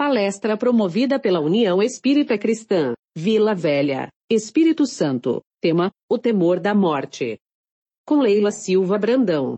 Palestra promovida pela União Espírita Cristã, Vila Velha, Espírito Santo. Tema: o temor da morte. Com Leila Silva Brandão.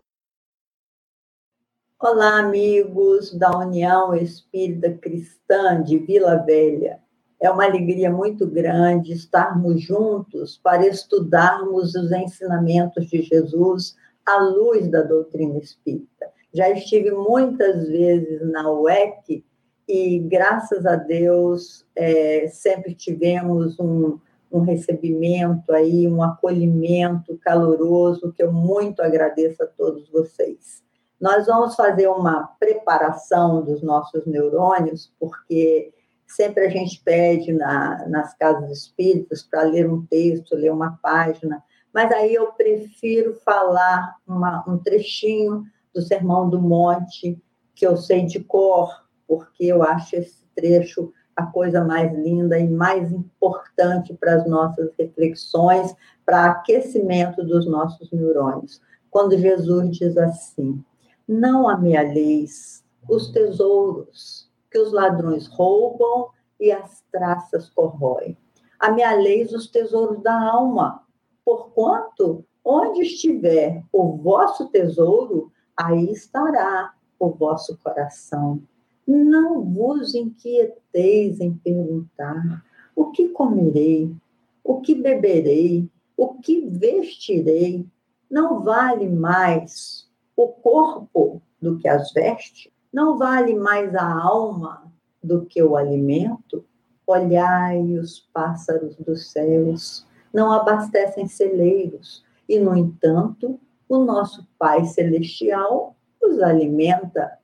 Olá, amigos da União Espírita Cristã de Vila Velha. É uma alegria muito grande estarmos juntos para estudarmos os ensinamentos de Jesus à luz da doutrina espírita. Já estive muitas vezes na UEC e, graças a Deus, sempre tivemos um recebimento aí, um acolhimento caloroso, que eu muito agradeço a todos vocês. Nós vamos fazer uma preparação dos nossos neurônios, porque sempre a gente pede nas casas espíritas para ler um texto, ler uma página, mas aí eu prefiro falar um trechinho do Sermão do Monte, que eu sei de cor, porque eu acho esse trecho a coisa mais linda e mais importante para as nossas reflexões, para aquecimento dos nossos neurônios. Quando Jesus diz assim: não amealheis os tesouros que os ladrões roubam e as traças corroem. Amealheis os tesouros da alma, porquanto onde estiver o vosso tesouro, aí estará o vosso coração. Não vos inquieteis em perguntar: o que comerei? O que beberei? O que vestirei? Não vale mais o corpo do que as vestes? Não vale mais a alma do que o alimento? Olhai os pássaros dos céus, não abastecem celeiros, e, no entanto, o nosso Pai Celestial os alimenta.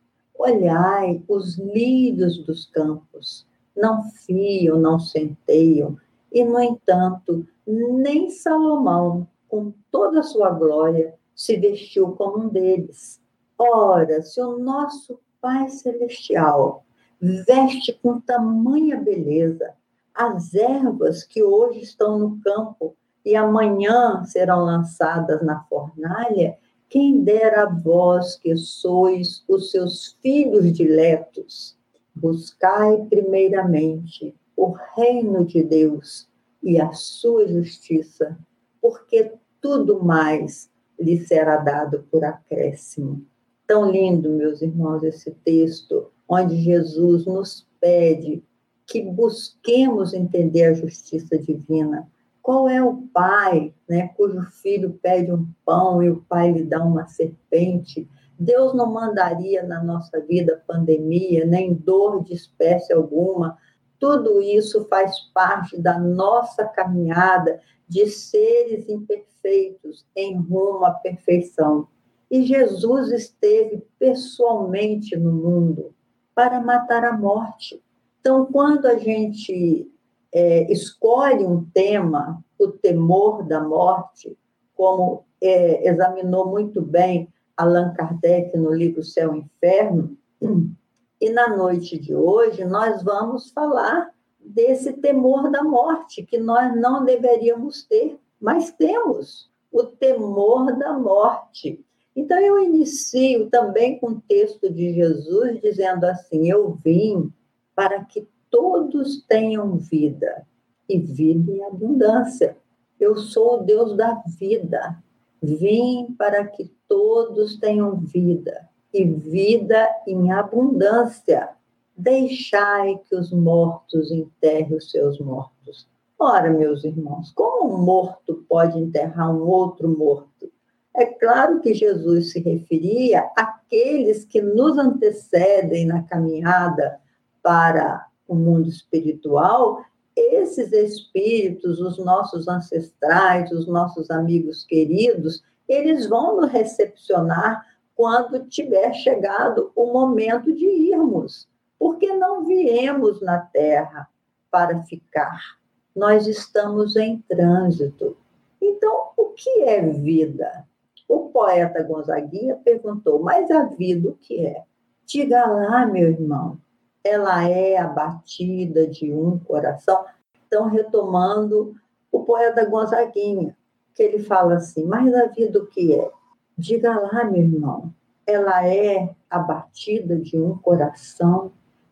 Olhai os lírios dos campos, não fiam, não centeiam, e, no entanto, nem Salomão, com toda a sua glória, se vestiu como um deles. Ora, se o nosso Pai Celestial veste com tamanha beleza as ervas que hoje estão no campo e amanhã serão lançadas na fornalha, quem dera a vós que sois os seus filhos diletos, buscai primeiramente o reino de Deus e a sua justiça, porque tudo mais lhe será dado por acréscimo. Tão lindo, meus irmãos, esse texto, onde Jesus nos pede que busquemos entender a justiça divina. Qual é o pai, cujo filho pede um pão e o pai lhe dá uma serpente? Deus não mandaria na nossa vida pandemia, nem dor de espécie alguma. Tudo isso faz parte da nossa caminhada de seres imperfeitos em rumo à perfeição. E Jesus esteve pessoalmente no mundo para matar a morte. Então, quando a gente escolhe um tema, o temor da morte, como examinou muito bem Allan Kardec no livro Céu e Inferno, e na noite de hoje nós vamos falar desse temor da morte, que nós não deveríamos ter, mas temos o temor da morte. Então, eu inicio também com o texto de Jesus, dizendo assim: eu vim para que todos tenham vida, e vida em abundância. Eu sou o Deus da vida. Vim para que todos tenham vida, e vida em abundância. Deixai que os mortos enterrem os seus mortos. Ora, meus irmãos, como um morto pode enterrar um outro morto? É claro que Jesus se referia àqueles que nos antecedem na caminhada para o mundo espiritual. Esses espíritos, os nossos ancestrais, os nossos amigos queridos, eles vão nos recepcionar quando tiver chegado o momento de irmos, porque não viemos na Terra para ficar. Nós estamos em trânsito. Então, o que é vida? O poeta Gonzaguinha perguntou: mas a vida o que é? Diga lá, meu irmão. Ela é a batida de um coração. Então, retomando o poeta Gonzaguinha, que ele fala assim: mas a vida o que é? Diga lá, meu irmão. Ela é a batida de um coração.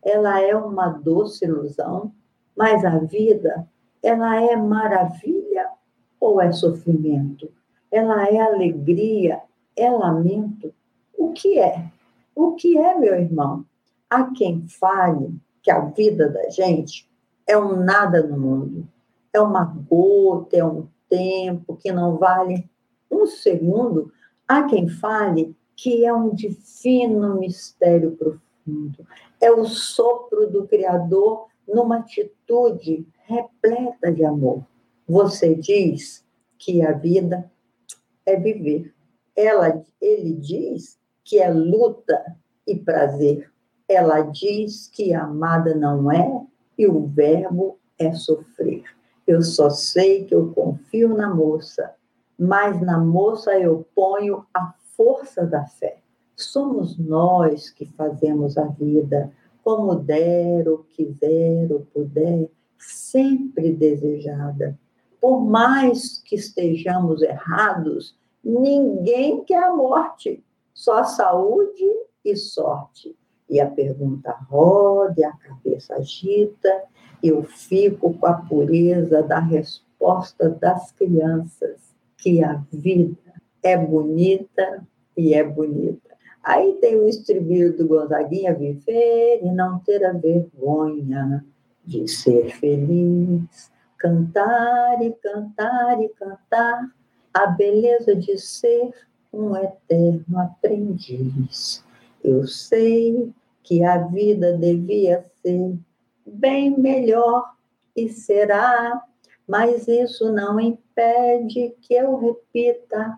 ela é uma doce ilusão, mas a vida, ela é maravilha ou é sofrimento? Ela é alegria, é lamento? O que é? O que é, meu irmão? Há quem fale que a vida da gente é um nada no mundo, é uma gota, é um tempo que não vale um segundo. Há quem fale que é um divino mistério profundo, é o sopro do Criador numa atitude repleta de amor. Você diz que a vida é viver. Ele diz que é luta e prazer. Ela diz que amada não é e o verbo é sofrer. Eu só sei que eu confio na moça, mas na moça eu ponho a força da fé. Somos nós que fazemos a vida, como der, ou quiser, ou puder, sempre desejada. Por mais que estejamos errados, ninguém quer a morte, só saúde e sorte. E a pergunta roda, e a cabeça agita, eu fico com a pureza da resposta das crianças, que a vida é bonita e é bonita. Aí tem o estribilho do Gonzaguinha: viver e não ter a vergonha de ser feliz, cantar e cantar e cantar, a beleza de ser um eterno aprendiz. Eu sei que a vida devia ser bem melhor e será, mas isso não impede que eu repita: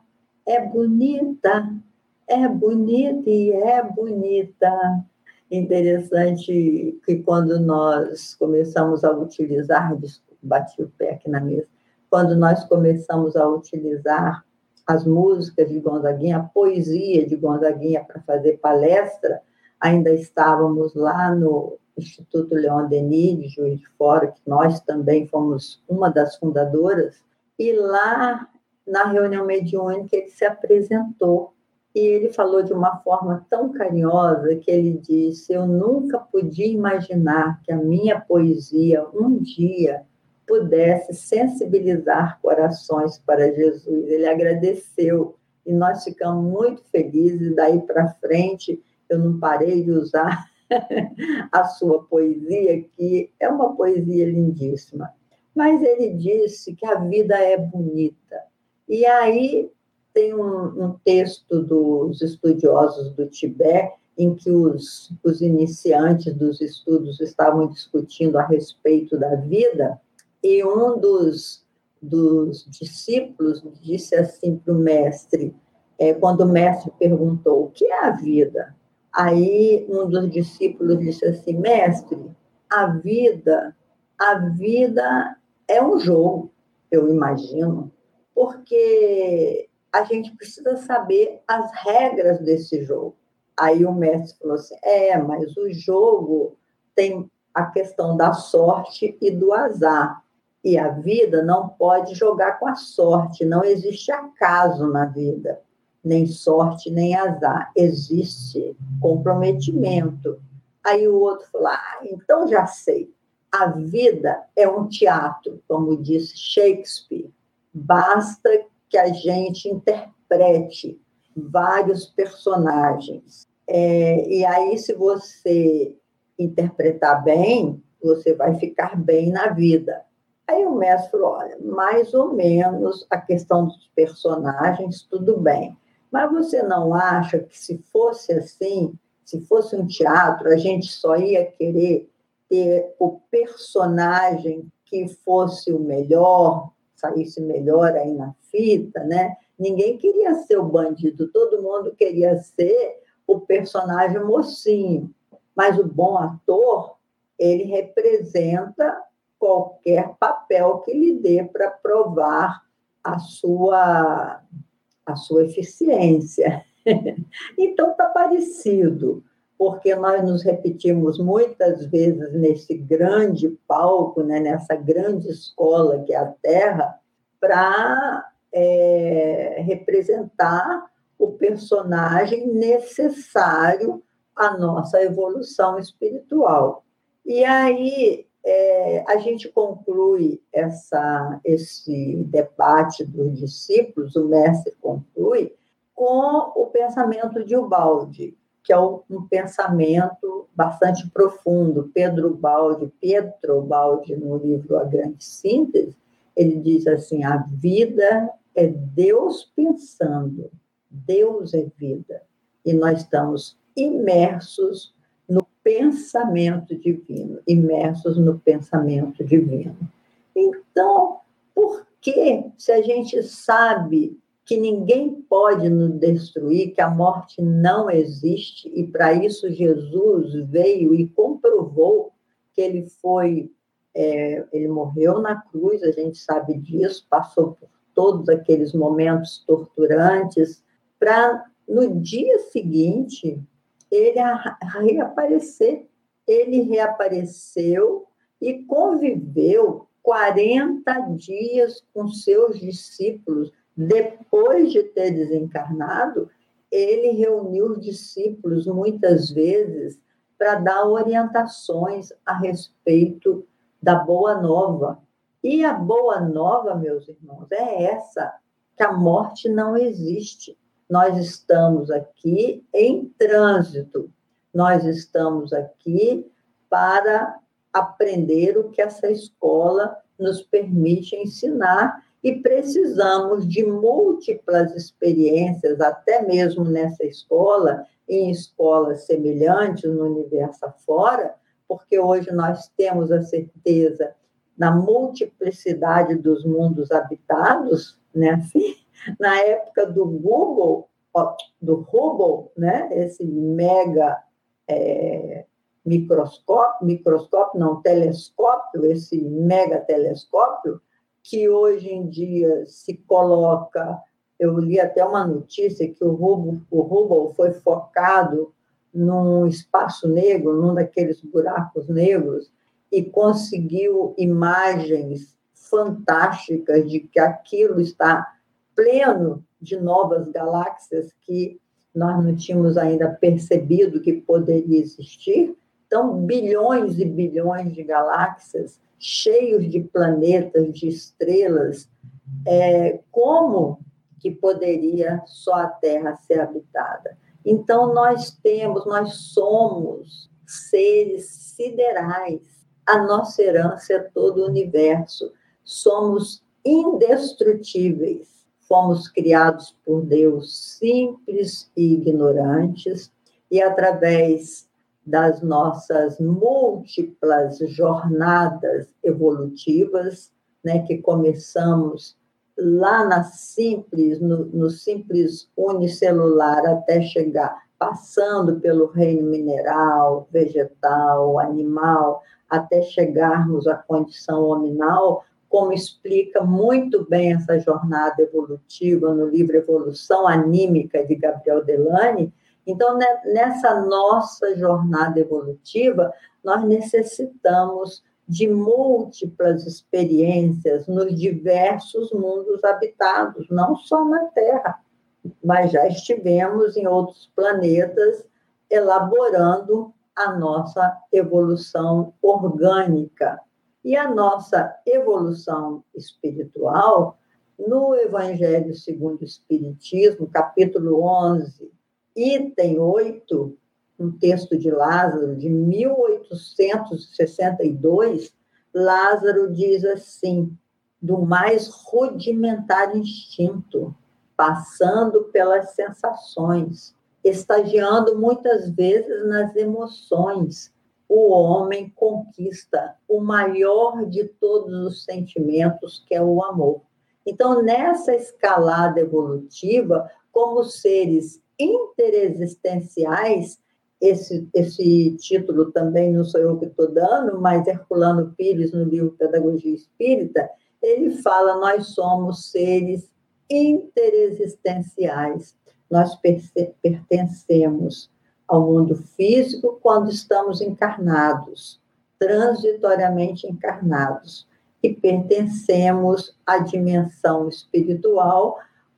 é bonita e é bonita. Interessante que quando nós começamos a utilizar, desculpa, bati o pé aqui na mesa, quando nós começamos a utilizar as músicas de Gonzaguinha, a poesia de Gonzaguinha para fazer palestra, ainda estávamos lá no Instituto Leon Denis, de Juiz de Fora, que nós também fomos uma das fundadoras, e lá, na reunião mediúnica, ele se apresentou. E ele falou de uma forma tão carinhosa que ele disse: eu nunca podia imaginar que a minha poesia um dia pudesse sensibilizar corações para Jesus. Ele agradeceu e nós ficamos muito felizes. Daí para frente, eu não parei de usar a sua poesia, que é uma poesia lindíssima. Mas ele disse que a vida é bonita. E aí tem um texto dos estudiosos do Tibete, em que os iniciantes dos estudos estavam discutindo a respeito da vida, e um dos discípulos disse assim para o mestre, quando o mestre perguntou: o que é a vida? Aí um dos discípulos disse assim: mestre, a vida é um jogo, eu imagino, porque a gente precisa saber as regras desse jogo. Aí o mestre falou assim: mas o jogo tem a questão da sorte e do azar. E a vida não pode jogar com a sorte, não existe acaso na vida, nem sorte, nem azar, existe comprometimento. Aí o outro falou: então já sei, a vida é um teatro, como disse Shakespeare, basta que a gente interprete vários personagens. E aí, se você interpretar bem, você vai ficar bem na vida. Aí o mestre falou: olha, mais ou menos a questão dos personagens, tudo bem. Mas você não acha que se fosse assim, se fosse um teatro, a gente só ia querer ter o personagem que fosse o melhor, saísse melhor aí na fita, né? Ninguém queria ser o bandido, todo mundo queria ser o personagem mocinho. Mas o bom ator, ele representa qualquer papel que lhe dê para provar a sua eficiência. Então, está parecido, porque nós nos repetimos muitas vezes nesse grande palco, né, nessa grande escola que é a Terra, para representar o personagem necessário a nossa evolução espiritual. E aí a gente conclui esse debate dos discípulos, o mestre conclui, com o pensamento de Ubaldi, que é um pensamento bastante profundo. Pietro Ubaldi, no livro A Grande Síntese, ele diz assim: a vida é Deus pensando, Deus é vida, e nós estamos imersos no pensamento divino, Então, por que, se a gente sabe que ninguém pode nos destruir, que a morte não existe, e para isso Jesus veio e comprovou que ele morreu na cruz, a gente sabe disso, passou por todos aqueles momentos torturantes, para no dia seguinte ele reaparecer. Ele reapareceu e conviveu 40 dias com seus discípulos. Depois de ter desencarnado, ele reuniu os discípulos muitas vezes para dar orientações a respeito da Boa Nova. E a Boa Nova, meus irmãos, é essa, que a morte não existe. Nós estamos aqui em trânsito, nós estamos aqui para aprender o que essa escola nos permite ensinar, e precisamos de múltiplas experiências, até mesmo nessa escola, em escolas semelhantes no universo afora, porque hoje nós temos a certeza da multiplicidade dos mundos habitados, né? Assim, na época do Hubble, né? Esse telescópio, esse mega telescópio, que hoje em dia se coloca, eu li até uma notícia que o Hubble foi focado num espaço negro, num daqueles buracos negros, e conseguiu imagens fantásticas de que aquilo está pleno de novas galáxias que nós não tínhamos ainda percebido que poderia existir. Então, bilhões e bilhões de galáxias, cheios de planetas, de estrelas. Como que poderia só a Terra ser habitada? Então, nós somos seres siderais. A nossa herança é todo o universo. Somos indestrutíveis. Fomos criados por Deus simples e ignorantes, e através das nossas múltiplas jornadas evolutivas, né, que começamos lá no simples unicelular, até chegar, passando pelo reino mineral, vegetal, animal, até chegarmos à condição hominal, como explica muito bem essa jornada evolutiva no livro Evolução Anímica, de Gabriel Delany. Então, nessa nossa jornada evolutiva, nós necessitamos de múltiplas experiências nos diversos mundos habitados, não só na Terra, mas já estivemos em outros planetas elaborando a nossa evolução orgânica. E a nossa evolução espiritual, no Evangelho segundo o Espiritismo, capítulo 11, item 8, um texto de Lázaro, de 1862, Lázaro diz assim: do mais rudimentar instinto, passando pelas sensações, estagiando muitas vezes nas emoções, o homem conquista o maior de todos os sentimentos, que é o amor. Então, nessa escalada evolutiva, como seres interexistenciais, esse título também não sou eu que estou dando, mas Herculano Pires, no livro Pedagogia Espírita, ele fala: nós somos seres interexistenciais, nós pertencemos ao mundo físico quando estamos encarnados, transitoriamente encarnados, e pertencemos à dimensão espiritual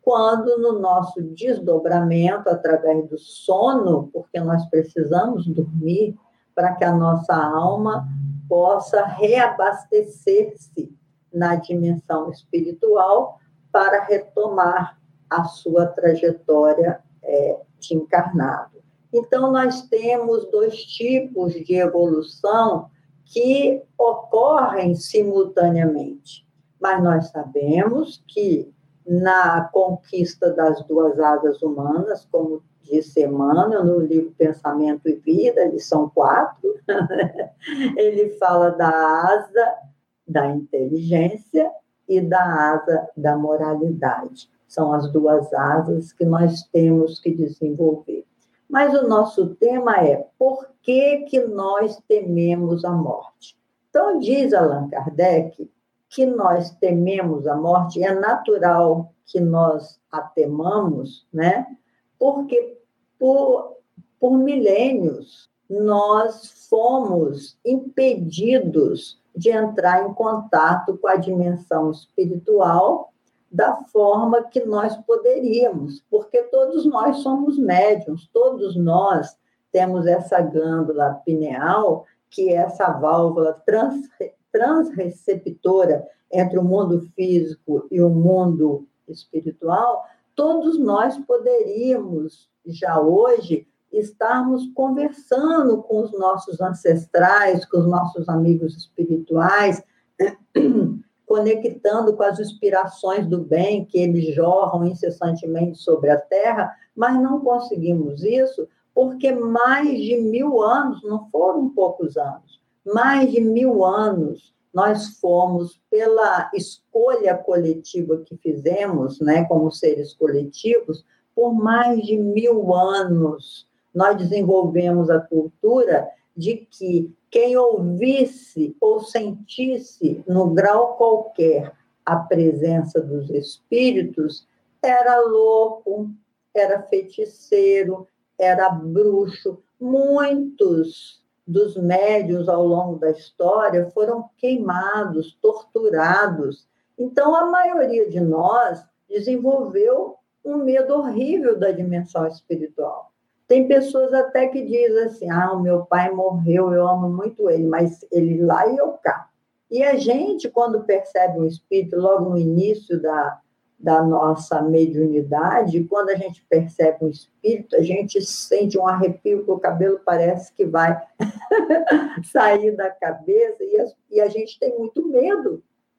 quando no nosso desdobramento, através do sono, porque nós precisamos dormir para que a nossa alma possa reabastecer-se na dimensão espiritual para retomar a sua trajetória de encarnado. Então, nós temos 2 tipos de evolução que ocorrem simultaneamente, mas nós sabemos que na conquista das 2 asas humanas, como disse Emmanuel no livro Pensamento e Vida, lição 4, ele fala da asa da inteligência e da asa da moralidade. São as 2 asas que nós temos que desenvolver. Mas o nosso tema é por que nós tememos a morte? Então, diz Allan Kardec que nós tememos a morte, é natural que nós a temamos, né? Porque por milênios nós fomos impedidos de entrar em contato com a dimensão espiritual da forma que nós poderíamos, porque todos nós somos médiuns, todos nós temos essa glândula pineal, que é essa válvula transreceptora entre o mundo físico e o mundo espiritual. Todos nós poderíamos, já hoje, estarmos conversando com os nossos ancestrais, com os nossos amigos espirituais, conectando com as inspirações do bem que eles jorram incessantemente sobre a Terra, mas não conseguimos isso porque mais de 1000 anos, não foram poucos anos, mais de 1000 anos nós fomos, pela escolha coletiva que fizemos, né, como seres coletivos, por mais de 1000 anos, nós desenvolvemos a cultura de que quem ouvisse ou sentisse, no grau qualquer, a presença dos espíritos, era louco, era feiticeiro, era bruxo. Muitos dos médiuns ao longo da história foram queimados, torturados. Então, a maioria de nós desenvolveu um medo horrível da dimensão espiritual. Tem pessoas até que dizem assim, o meu pai morreu, eu amo muito ele, mas ele lá e eu cá. E a gente, quando percebe um espírito, logo no início da nossa mediunidade, quando a gente percebe um espírito, a gente sente um arrepio, que o cabelo parece que vai sair da cabeça, e a gente tem muito medo.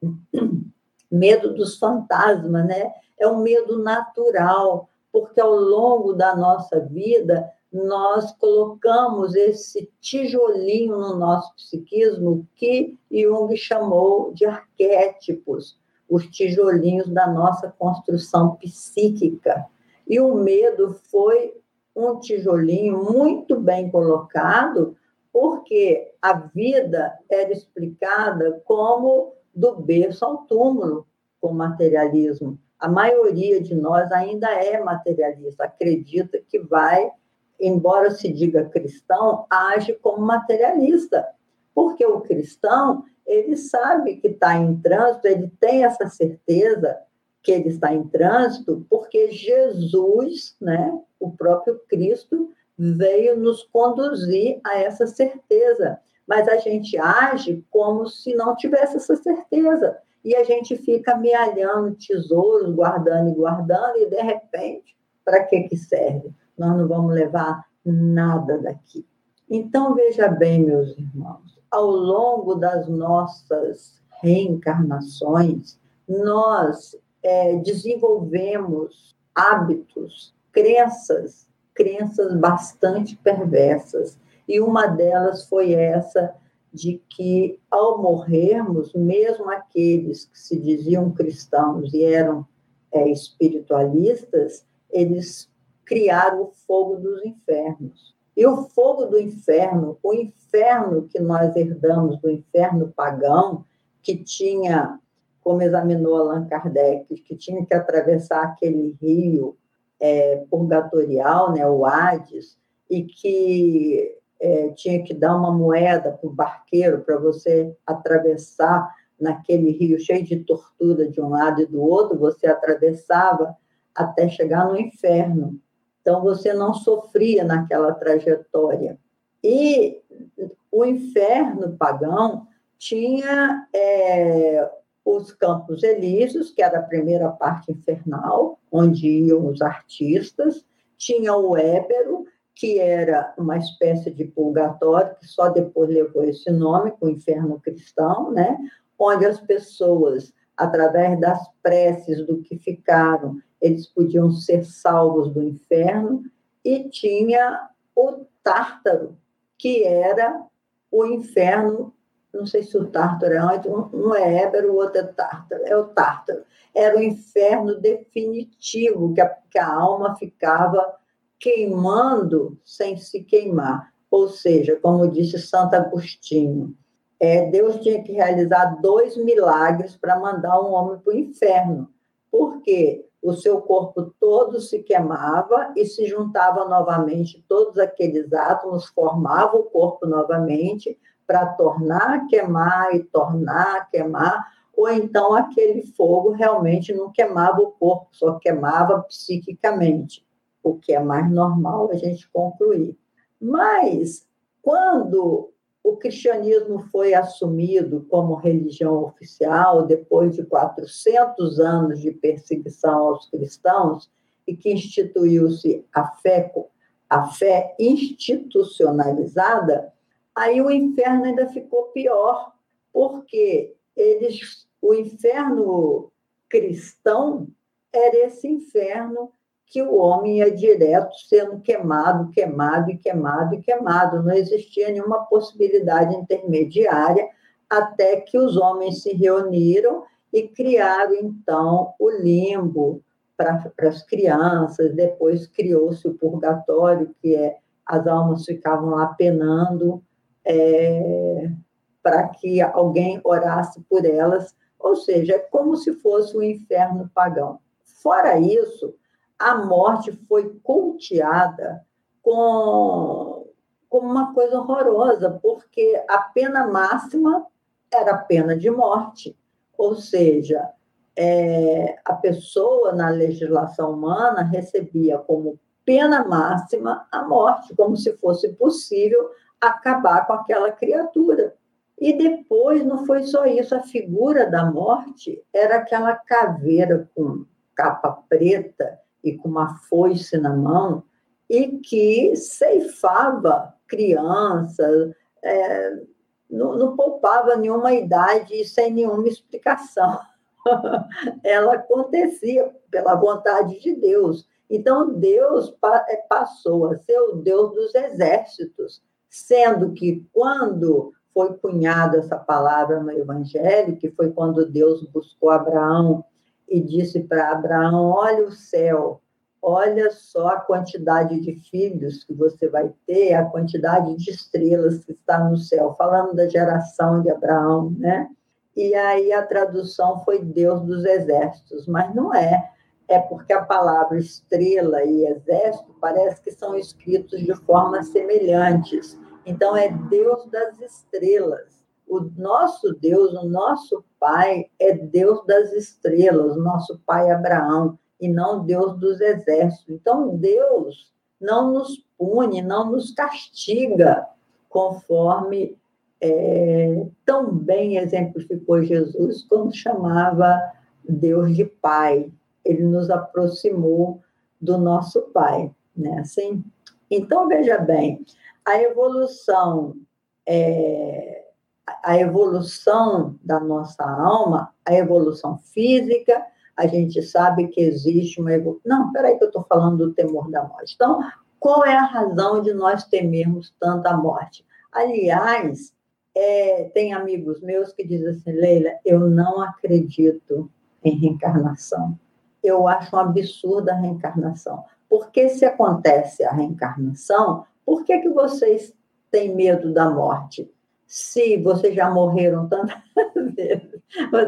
Medo dos fantasmas, né? É um medo natural, porque ao longo da nossa vida, nós colocamos esse tijolinho no nosso psiquismo que Jung chamou de arquétipos, os tijolinhos da nossa construção psíquica. E o medo foi um tijolinho muito bem colocado, porque a vida era explicada como do berço ao túmulo, com materialismo. A maioria de nós ainda é materialista, acredita que vai, embora se diga cristão, age como materialista. Porque o cristão, ele sabe que está em trânsito, ele tem essa certeza que ele está em trânsito, porque Jesus, né, o próprio Cristo, veio nos conduzir a essa certeza. Mas a gente age como se não tivesse essa certeza. E a gente fica amealhando tesouros, guardando e guardando, e, de repente, para que serve? Nós não vamos levar nada daqui. Então, veja bem, meus irmãos, ao longo das nossas reencarnações, nós desenvolvemos hábitos, crenças bastante perversas. E uma delas foi essa de que, ao morrermos, mesmo aqueles que se diziam cristãos e eram espiritualistas, eles criaram o fogo dos infernos. E o fogo do inferno, o inferno que nós herdamos do inferno pagão, que tinha, como examinou Allan Kardec, que tinha que atravessar aquele rio purgatorial, né, o Hades, e que tinha que dar uma moeda para o barqueiro para você atravessar naquele rio cheio de tortura de um lado e do outro, você atravessava até chegar no inferno. Então, você não sofria naquela trajetória. E o inferno pagão tinha os Campos Elíseos, que era a primeira parte infernal, onde iam os artistas, tinha o Ébero, que era uma espécie de purgatório, que só depois levou esse nome, com o inferno cristão, né? Onde as pessoas, através das preces do que ficaram, eles podiam ser salvos do inferno, e tinha o Tártaro, que era o inferno, não sei se o Tártaro é antes, um é Ébero, o outro é Tártaro, é o Tártaro. Era o inferno definitivo, que a alma ficava queimando sem se queimar. Ou seja, como disse Santo Agostinho, Deus tinha que realizar 2 milagres para mandar um homem para o inferno, porque o seu corpo todo se queimava e se juntava novamente, todos aqueles átomos formavam o corpo novamente para tornar a queimar e tornar a queimar, ou então aquele fogo realmente não queimava o corpo, só queimava psiquicamente, o que é mais normal a gente concluir. Mas, quando o cristianismo foi assumido como religião oficial, depois de 400 anos de perseguição aos cristãos, e que instituiu-se a fé institucionalizada, aí o inferno ainda ficou pior, porque o inferno cristão era esse inferno que o homem ia direto sendo queimado, queimado e queimado e queimado. Não existia nenhuma possibilidade intermediária, até que os homens se reuniram e criaram, então, o limbo para as crianças. Depois criou-se o purgatório, que as almas ficavam lá penando para que alguém orasse por elas. Ou seja, é como se fosse um inferno pagão. Fora isso, a morte foi cultuada como uma coisa horrorosa, porque a pena máxima era a pena de morte. Ou seja, a pessoa, na legislação humana, recebia como pena máxima a morte, como se fosse possível acabar com aquela criatura. E depois, não foi só isso, a figura da morte era aquela caveira com capa preta e com uma foice na mão, e que ceifava crianças, não poupava nenhuma idade sem nenhuma explicação. Ela acontecia pela vontade de Deus. Então, Deus passou a ser o Deus dos exércitos, sendo que, quando foi cunhada essa palavra no Evangelho, que foi quando Deus buscou Abraão e disse para Abraão: olha o céu, olha só a quantidade de filhos que você vai ter, a quantidade de estrelas que está no céu, falando da geração de Abraão, né? E aí a tradução foi Deus dos exércitos, mas não é porque a palavra estrela e exército parece que são escritos de formas semelhantes. Então, é Deus das estrelas. O nosso Deus, o nosso Pai, é Deus das estrelas, o nosso Pai Abraão, e não Deus dos exércitos. Então, Deus não nos pune, não nos castiga, conforme tão bem exemplificou Jesus quando chamava Deus de Pai. Ele nos aproximou do nosso Pai, né? Assim? Então, veja bem, a evolução da nossa alma, a evolução física, a gente sabe que existe uma evolução. Não, peraí que eu estou falando do temor da morte. Então, qual é a razão de nós temermos tanto a morte? Aliás, tem amigos meus que dizem assim: Leila, eu não acredito em reencarnação. Eu acho um absurdo a reencarnação. Porque se acontece a reencarnação, por que vocês têm medo da morte? Se vocês já morreram tantas vezes,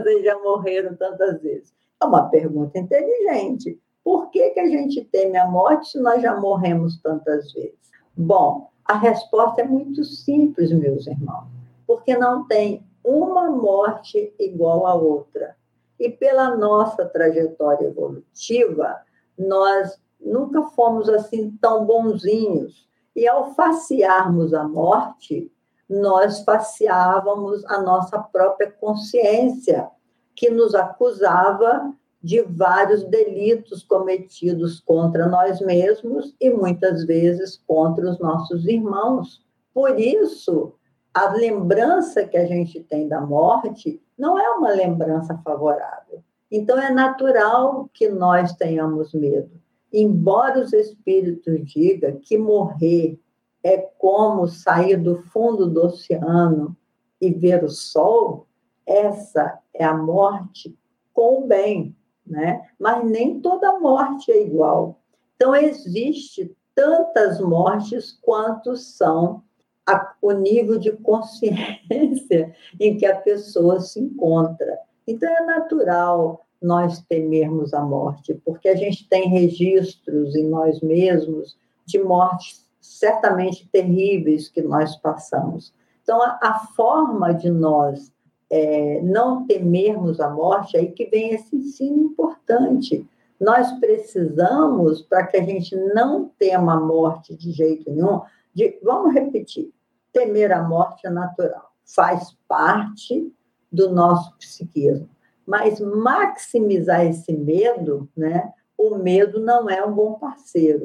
É uma pergunta inteligente. Por que a gente teme a morte se nós já morremos tantas vezes? Bom, a resposta é muito simples, meus irmãos, porque não tem uma morte igual à outra. E pela nossa trajetória evolutiva, nós nunca fomos assim tão bonzinhos. E ao facearmos a morte, nós faceávamos a nossa própria consciência, que nos acusava de vários delitos cometidos contra nós mesmos e muitas vezes contra os nossos irmãos. Por isso, a lembrança que a gente tem da morte não é uma lembrança favorável. Então, é natural que nós tenhamos medo. Embora os espíritos digam que morrer é como sair do fundo do oceano e ver o sol, essa é a morte com o bem, né? Mas nem toda morte é igual. Então, existe tantas mortes quanto são o nível de consciência em que a pessoa se encontra. Então, é natural nós temermos a morte, porque a gente tem registros em nós mesmos de mortes certamente terríveis que nós passamos. Então, a forma de nós não temermos a morte, aí que vem esse ensino importante. Nós precisamos, para que a gente não tema a morte de jeito nenhum, vamos repetir, temer a morte é natural, faz parte do nosso psiquismo. Mas maximizar esse medo, né? O medo não é um bom parceiro.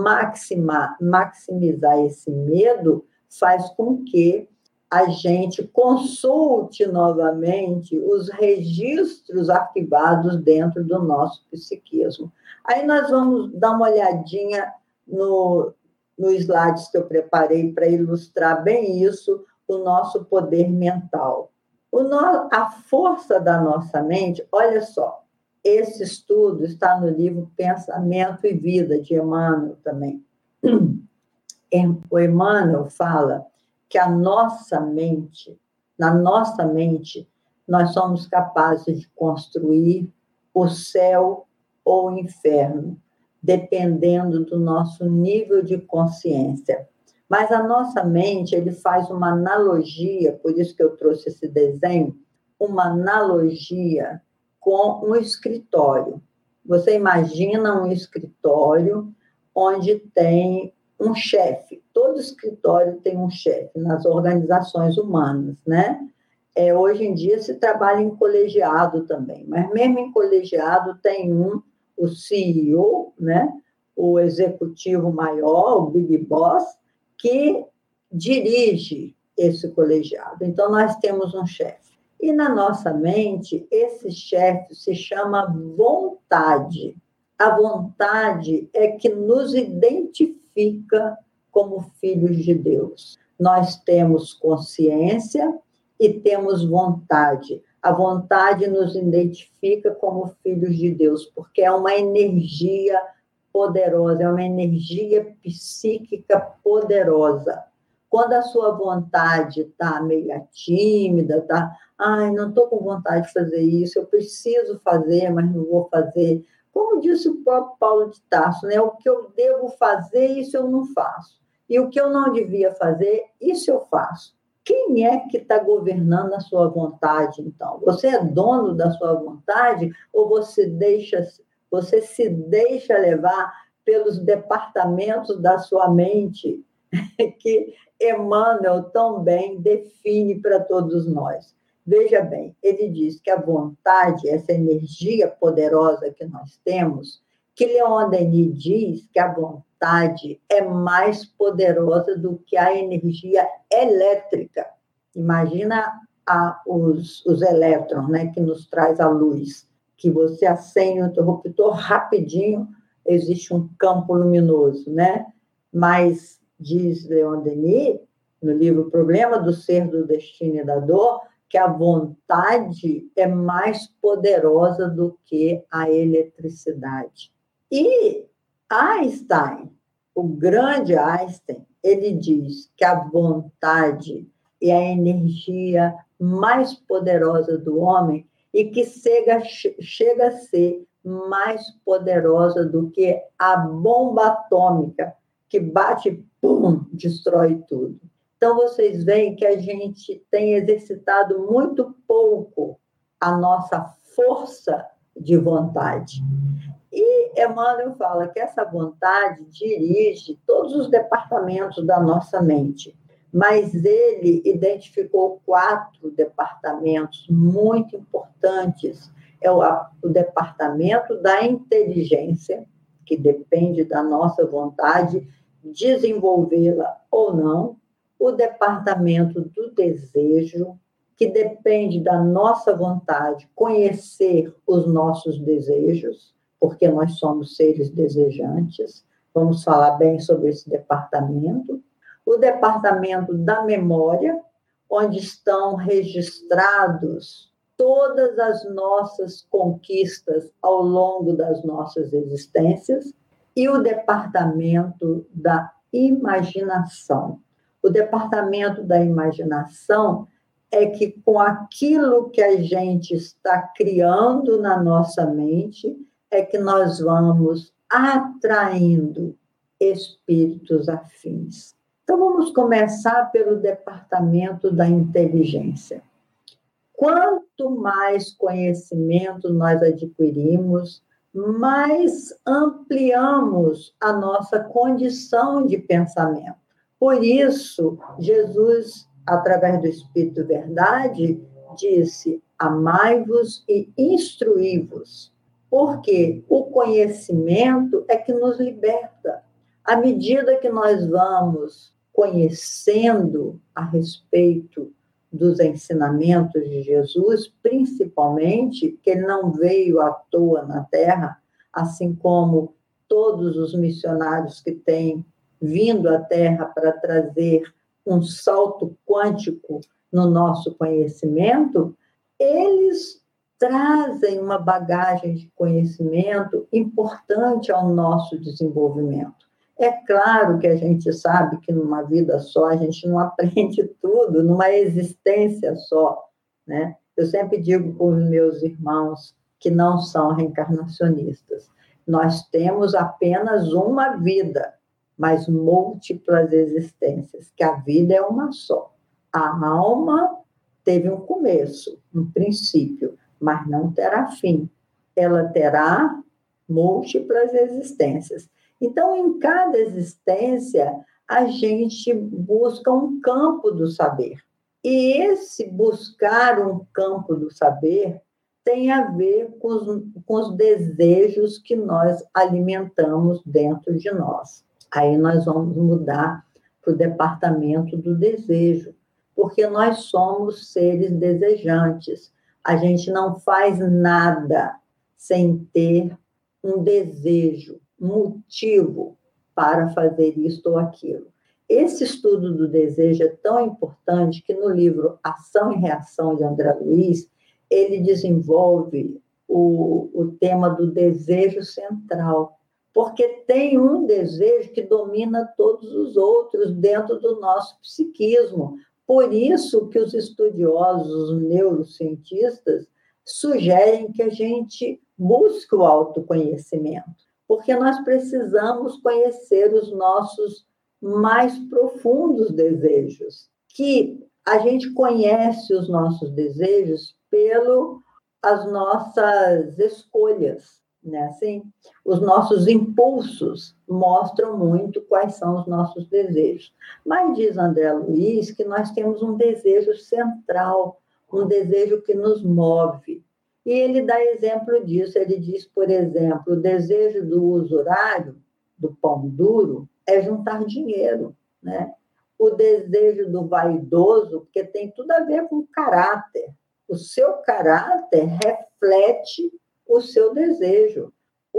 Maximizar esse medo faz com que a gente consulte novamente os registros arquivados dentro do nosso psiquismo. Aí nós vamos dar uma olhadinha no slides que eu preparei para ilustrar bem isso, o nosso poder mental. A força da nossa mente, olha só, esse estudo está no livro Pensamento e Vida, de Emmanuel também. O Emmanuel fala que na nossa mente, nós somos capazes de construir o céu ou o inferno, dependendo do nosso nível de consciência. Mas a nossa mente, ele faz uma analogia, por isso que eu trouxe esse desenho, uma analogia com um escritório. Você imagina um escritório onde tem um chefe. Todo escritório tem um chefe nas organizações humanas, né? Hoje em dia se trabalha em colegiado também, mas mesmo em colegiado tem o CEO, né? O executivo maior, o Big Boss, que dirige esse colegiado. Então, nós temos um chefe. E na nossa mente, esse chefe se chama vontade. A vontade é que nos identifica como filhos de Deus. Nós temos consciência e temos vontade. A vontade nos identifica como filhos de Deus, porque é uma energia poderosa, é uma energia psíquica poderosa. Quando a sua vontade está meio tímida, não estou com vontade de fazer isso, eu preciso fazer, mas não vou fazer. Como disse o próprio Paulo de Tarso, né? O que eu devo fazer, isso eu não faço. E o que eu não devia fazer, isso eu faço. Quem é que está governando a sua vontade, então? Você é dono da sua vontade ou você se deixa levar pelos departamentos da sua mente que Emmanuel tão bem define para todos nós? Veja bem, ele diz que a vontade, essa energia poderosa que nós temos, que Leon Denis diz que a vontade é mais poderosa do que a energia elétrica. Imagina os elétrons, né, que nos traz a luz, que você acende o interruptor rapidinho, existe um campo luminoso, né? Mas, diz Leon Denis, no livro Problema do Ser, do Destino e da Dor, que a vontade é mais poderosa do que a eletricidade. E Einstein, o grande Einstein, ele diz que a vontade é a energia mais poderosa do homem e que chega a ser mais poderosa do que a bomba atômica, que bate, pum, destrói tudo. Então, vocês veem que a gente tem exercitado muito pouco a nossa força de vontade. E Emmanuel fala que essa vontade dirige todos os departamentos da nossa mente, mas ele identificou 4 departamentos muito importantes. É o departamento da inteligência, que depende da nossa vontade desenvolvê-la ou não, o departamento do desejo, que depende da nossa vontade conhecer os nossos desejos, porque nós somos seres desejantes. Vamos falar bem sobre esse departamento. O departamento da memória, onde estão registrados todas as nossas conquistas ao longo das nossas existências, e o departamento da imaginação. O departamento da imaginação é que, com aquilo que a gente está criando na nossa mente, é que nós vamos atraindo espíritos afins. Então, vamos começar pelo departamento da inteligência. Quanto mais conhecimento nós adquirimos, mais ampliamos a nossa condição de pensamento. Por isso, Jesus, através do Espírito Verdade, disse: amai-vos e instruí-vos. Porque o conhecimento é que nos liberta. À medida que nós vamos conhecendo a respeito dos ensinamentos de Jesus, principalmente que ele não veio à toa na Terra, assim como todos os missionários que têm vindo à Terra para trazer um salto quântico no nosso conhecimento, eles trazem uma bagagem de conhecimento importante ao nosso desenvolvimento. É claro que a gente sabe que numa vida só a gente não aprende tudo, numa existência só, né? Eu sempre digo para os meus irmãos que não são reencarnacionistas, nós temos apenas uma vida, mas múltiplas existências, que a vida é uma só. A alma teve um começo, um princípio, mas não terá fim. Ela terá múltiplas existências. Então, em cada existência, a gente busca um campo do saber. E esse buscar um campo do saber tem a ver com os desejos que nós alimentamos dentro de nós. Aí nós vamos mudar para o departamento do desejo, porque nós somos seres desejantes. A gente não faz nada sem ter um desejo, um motivo para fazer isto ou aquilo. Esse estudo do desejo é tão importante que no livro Ação e Reação, de André Luiz, ele desenvolve o tema do desejo central, porque tem um desejo que domina todos os outros dentro do nosso psiquismo. Por isso que os estudiosos, os neurocientistas, sugerem que a gente busque o autoconhecimento, porque nós precisamos conhecer os nossos mais profundos desejos, que a gente conhece os nossos desejos pelas nossas escolhas, né? Assim, os nossos impulsos mostram muito quais são os nossos desejos. Mas diz André Luiz que nós temos um desejo central, um desejo que nos move. E ele dá exemplo disso. Ele diz, por exemplo, o desejo do usurário, do pão duro, é juntar dinheiro, né? O desejo do vaidoso, porque tem tudo a ver com caráter. O seu caráter reflete o seu desejo.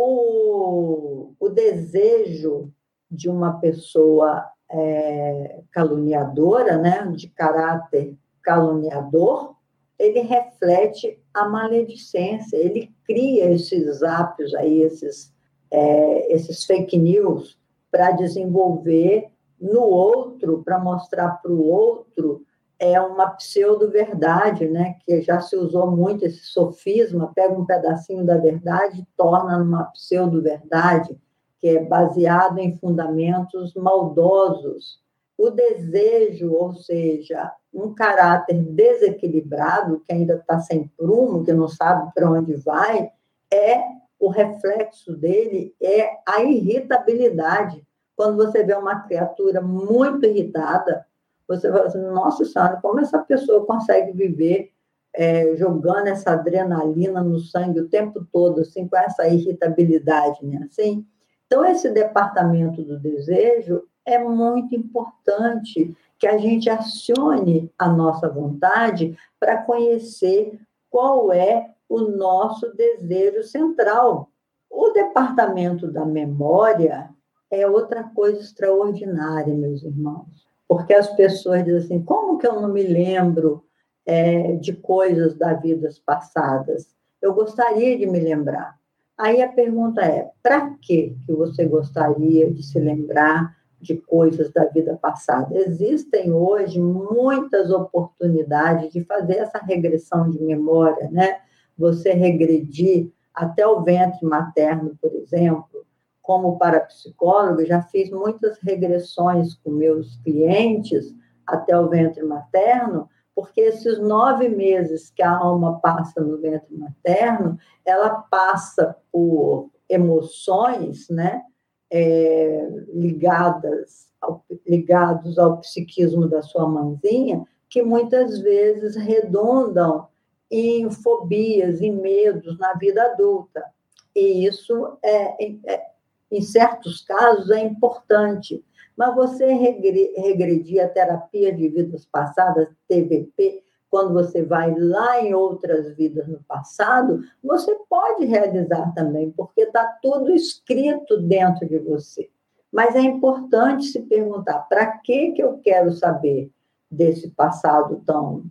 O desejo de uma pessoa caluniadora, né, de caráter caluniador, ele reflete a maledicência, ele cria esses ápios aí, esses fake news, para desenvolver no outro, para mostrar para o outro uma pseudo-verdade, né? Que já se usou muito esse sofisma, pega um pedacinho da verdade e torna numa pseudo-verdade, que é baseado em fundamentos maldosos. O desejo, ou seja, um caráter desequilibrado, que ainda está sem prumo, que não sabe para onde vai, é o reflexo dele é a irritabilidade. Quando você vê uma criatura muito irritada, você fala assim, nossa Senhora, como essa pessoa consegue viver jogando essa adrenalina no sangue o tempo todo, assim, com essa irritabilidade, né? Assim, então, esse departamento do desejo é muito importante que a gente acione a nossa vontade para conhecer qual é o nosso desejo central. O departamento da memória é outra coisa extraordinária, meus irmãos, porque as pessoas dizem assim, como que eu não me lembro de coisas das vidas passadas? Eu gostaria de me lembrar. Aí a pergunta é, para que você gostaria de se lembrar de coisas da vida passada? Existem hoje muitas oportunidades de fazer essa regressão de memória, né? Você regredir até o ventre materno, por exemplo. Como parapsicóloga, já fiz muitas regressões com meus clientes até o ventre materno, porque esses 9 meses que a alma passa no ventre materno, ela passa por emoções, né, ligados ao psiquismo da sua mãezinha, que muitas vezes redundam em fobias, em medos na vida adulta. E isso, em certos casos, é importante. Mas você regredir a terapia de vidas passadas, TVP, quando você vai lá em outras vidas no passado, você pode realizar também, porque está tudo escrito dentro de você. Mas é importante se perguntar, para que eu quero saber desse passado tão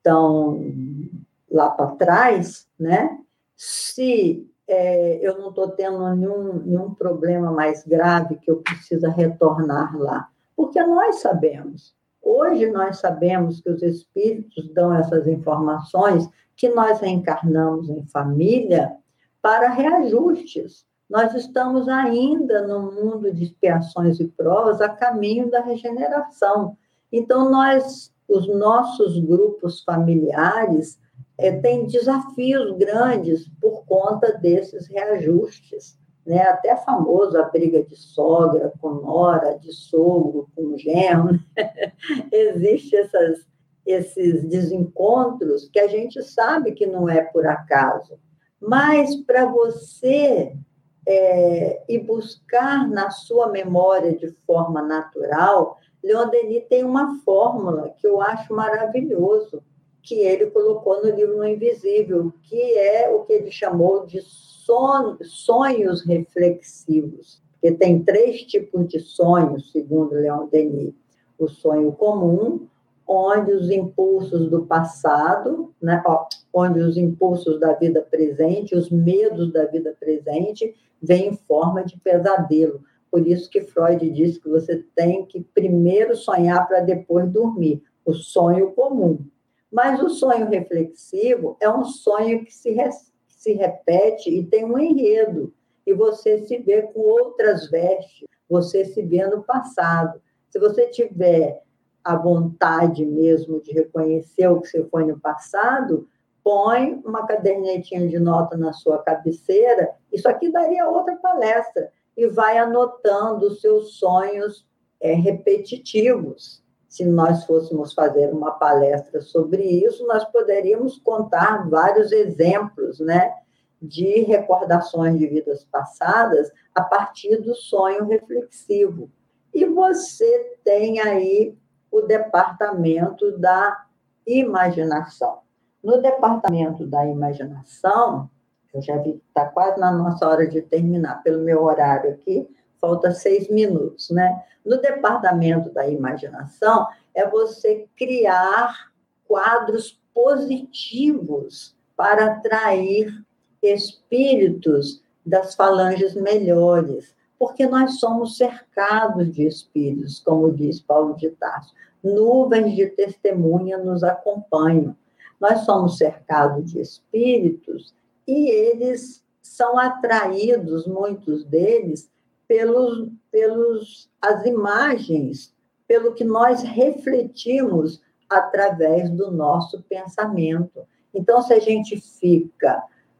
lá para trás, né? Se eu não estou tendo nenhum problema mais grave que eu precisa retornar lá. Porque nós sabemos. Hoje nós sabemos que os espíritos dão essas informações, que nós reencarnamos em família para reajustes. Nós estamos ainda no mundo de expiações e provas a caminho da regeneração. Então, os nossos grupos familiares tem desafios grandes por conta desses reajustes, né? Até famoso a briga de sogra com nora, de sogro com genro. Existem esses desencontros que a gente sabe que não é por acaso. Mas para você ir buscar na sua memória de forma natural, Leon Denis tem uma fórmula que eu acho maravilhoso, que ele colocou no livro No Invisível, que é o que ele chamou de sonhos reflexivos. Porque tem 3 tipos de sonhos, segundo Leon Denis. O sonho comum, onde os impulsos do passado, né, onde os impulsos da vida presente, os medos da vida presente, vêm em forma de pesadelo. Por isso que Freud diz que você tem que primeiro sonhar para depois dormir. O sonho comum. Mas o sonho reflexivo é um sonho que se repete e tem um enredo. E você se vê com outras vestes, você se vê no passado. Se você tiver a vontade mesmo de reconhecer o que você foi no passado, põe uma cadernetinha de nota na sua cabeceira, isso aqui daria outra palestra, e vai anotando os seus sonhos repetitivos. Se nós fôssemos fazer uma palestra sobre isso, nós poderíamos contar vários exemplos, né, de recordações de vidas passadas a partir do sonho reflexivo. E você tem aí o departamento da imaginação. No departamento da imaginação, eu já vi que está quase na nossa hora de terminar, pelo meu horário aqui, falta 6 minutos, né? No departamento da imaginação, é você criar quadros positivos para atrair espíritos das falanges melhores, porque nós somos cercados de espíritos, como diz Paulo de Tarso. Nuvens de testemunha nos acompanham. Nós somos cercados de espíritos e eles são atraídos, muitos deles, as imagens, pelo que nós refletimos através do nosso pensamento. Então, se a gente fica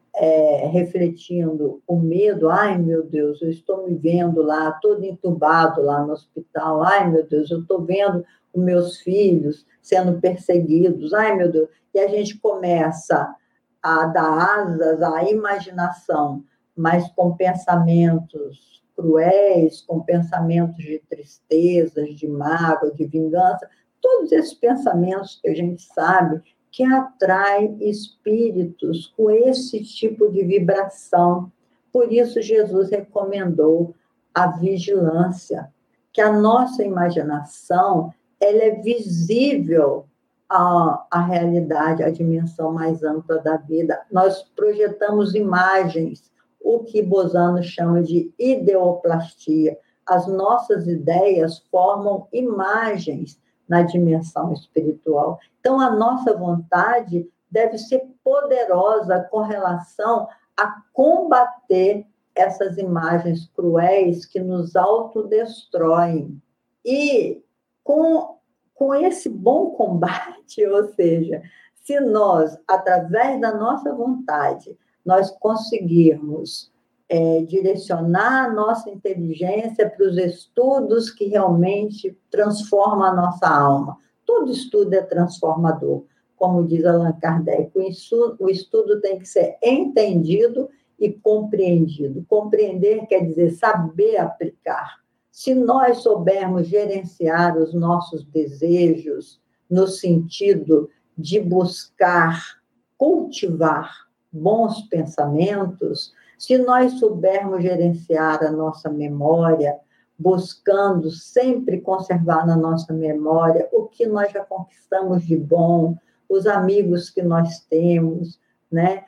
refletindo o medo. Ai, meu Deus, eu estou me vendo lá, todo entubado lá no hospital. Ai, meu Deus, eu estou vendo os meus filhos sendo perseguidos. Ai, meu Deus. E a gente começa a dar asas à imaginação, mas com pensamentos cruéis, com pensamentos de tristezas, de mágoa, de vingança, todos esses pensamentos que a gente sabe que atrai espíritos com esse tipo de vibração. Por isso, Jesus recomendou a vigilância, que a nossa imaginação ela é visível à realidade, à dimensão mais ampla da vida. Nós projetamos imagens, o que Bozano chama de ideoplastia. As nossas ideias formam imagens na dimensão espiritual. Então, a nossa vontade deve ser poderosa com relação a combater essas imagens cruéis que nos autodestroem. E com esse bom combate, ou seja, se nós, através da nossa vontade, nós conseguirmos direcionar a nossa inteligência para os estudos que realmente transformam a nossa alma. Todo estudo é transformador, como diz Allan Kardec. O estudo tem que ser entendido e compreendido. Compreender quer dizer saber aplicar. Se nós soubermos gerenciar os nossos desejos no sentido de buscar cultivar bons pensamentos, se nós soubermos gerenciar a nossa memória, buscando sempre conservar na nossa memória o que nós já conquistamos de bom, os amigos que nós temos, né?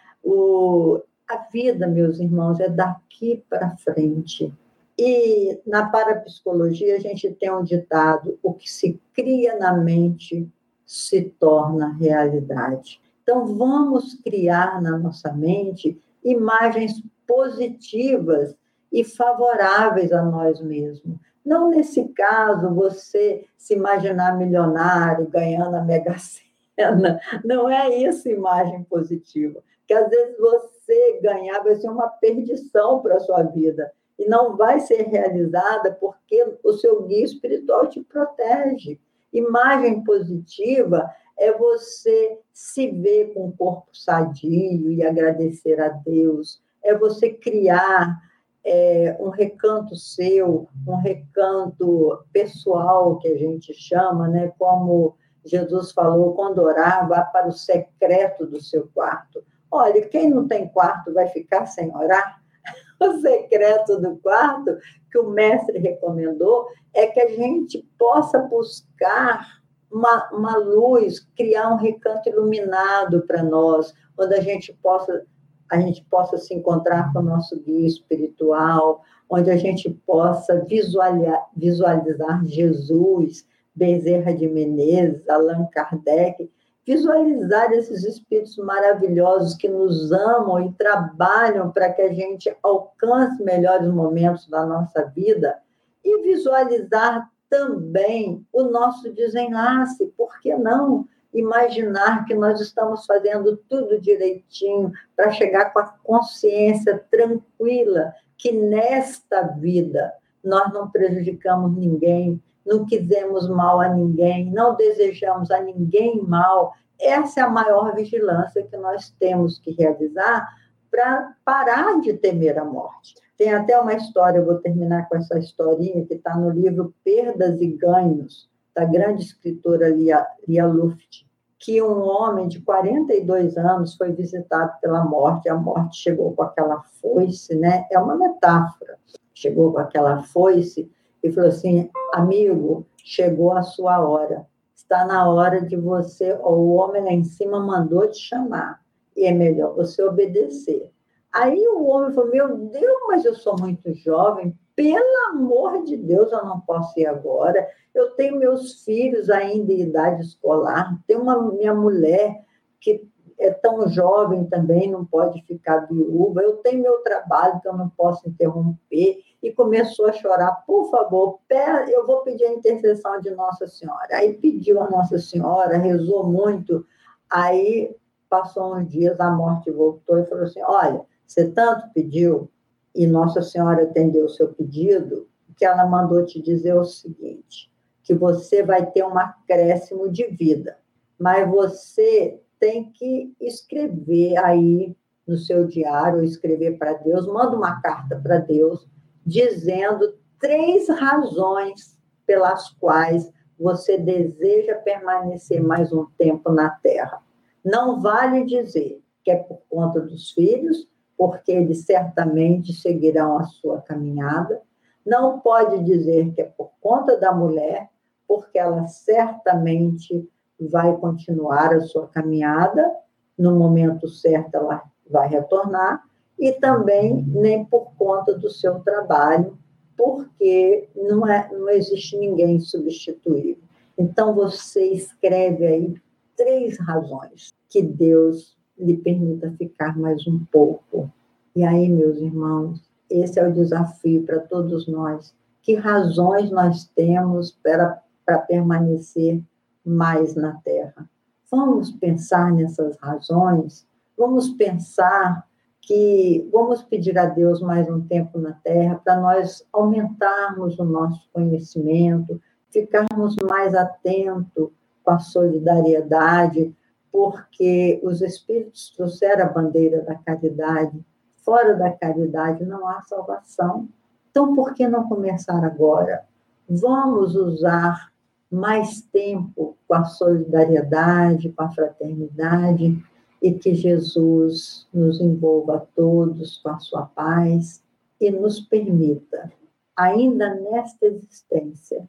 A vida, meus irmãos, é daqui para frente. E na parapsicologia a gente tem um ditado: o que se cria na mente se torna realidade. Então, vamos criar na nossa mente imagens positivas e favoráveis a nós mesmos. Não nesse caso, você se imaginar milionário, ganhando a Mega Sena. Não é isso imagem positiva. Porque, às vezes, você ganhar vai ser uma perdição para a sua vida. E não vai ser realizada porque o seu guia espiritual te protege. Imagem positiva é você se ver com o corpo sadio e agradecer a Deus. É você criar um recanto seu, um recanto pessoal, que a gente chama, né? Como Jesus falou, quando orar, vá para o secreto do seu quarto. Olha, quem não tem quarto vai ficar sem orar? O secreto do quarto que o mestre recomendou é que a gente possa buscar uma luz, criar um recanto iluminado para nós, onde a gente possa se encontrar com o nosso guia espiritual, onde a gente possa visualizar Jesus, Bezerra de Menezes, Allan Kardec, visualizar esses espíritos maravilhosos que nos amam e trabalham para que a gente alcance melhores momentos da nossa vida e visualizar também o nosso desenlace. Por que não imaginar que nós estamos fazendo tudo direitinho para chegar com a consciência tranquila que nesta vida nós não prejudicamos ninguém, não quisemos mal a ninguém, não desejamos a ninguém mal. Essa é a maior vigilância que nós temos que realizar para parar de temer a morte. Tem até uma história, eu vou terminar com essa historinha, que está no livro Perdas e Ganhos, da grande escritora Lia Luft, que um homem de 42 anos foi visitado pela morte, a morte chegou com aquela foice, né? É uma metáfora. Chegou com aquela foice e falou assim: amigo, chegou a sua hora. Está na hora de você, o homem lá em cima mandou te chamar, e é melhor você obedecer. Aí o homem falou: meu Deus, mas eu sou muito jovem, pelo amor de Deus, eu não posso ir agora. Eu tenho meus filhos ainda em idade escolar, tenho minha mulher que é tão jovem também, não pode ficar viúva, eu tenho meu trabalho que eu não posso interromper. E começou a chorar: por favor, eu vou pedir a intercessão de Nossa Senhora. Aí pediu a Nossa Senhora, rezou muito, aí passou uns dias, a morte voltou e falou assim, olha, você tanto pediu e Nossa Senhora atendeu o seu pedido, que ela mandou te dizer o seguinte, que você vai ter um acréscimo de vida, mas você tem que escrever aí no seu diário, escrever para Deus, manda uma carta para Deus, dizendo 3 razões pelas quais você deseja permanecer mais um tempo na Terra. Não vale dizer que é por conta dos filhos, porque eles certamente seguirão a sua caminhada. Não pode dizer que é por conta da mulher, porque ela certamente vai continuar a sua caminhada, no momento certo ela vai retornar, e também nem por conta do seu trabalho, porque não existe ninguém substituível. Então, você escreve aí 3 razões que Deus lhe permita ficar mais um pouco. E aí, meus irmãos, esse é o desafio para todos nós. Que razões nós temos para permanecer mais na Terra? Vamos pensar nessas razões, vamos pensar que vamos pedir a Deus mais um tempo na Terra para nós aumentarmos o nosso conhecimento, ficarmos mais atentos com a solidariedade, porque os Espíritos trouxeram a bandeira da caridade. Fora da caridade não há salvação. Então, por que não começar agora? Vamos usar mais tempo com a solidariedade, com a fraternidade, e que Jesus nos envolva a todos com a sua paz e nos permita, ainda nesta existência,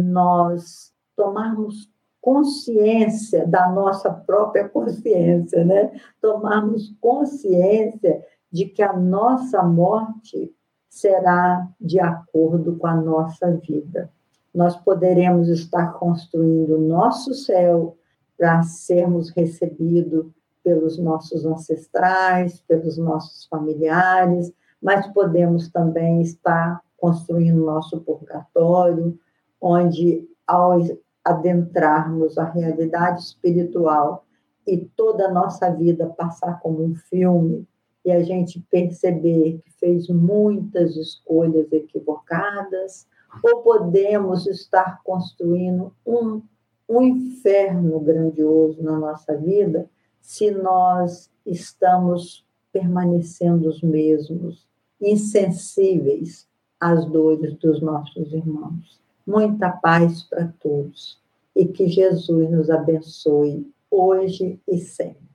nós tomarmos consciência da nossa própria consciência, né? Tomarmos consciência de que a nossa morte será de acordo com a nossa vida. Nós poderemos estar construindo o nosso céu para sermos recebidos pelos nossos ancestrais, pelos nossos familiares, mas podemos também estar construindo o nosso purgatório, onde, ao adentrarmos a realidade espiritual e toda a nossa vida passar como um filme, e a gente perceber que fez muitas escolhas equivocadas, ou podemos estar construindo um inferno grandioso na nossa vida, se nós estamos permanecendo os mesmos, insensíveis às dores dos nossos irmãos. Muita paz para todos e que Jesus nos abençoe hoje e sempre.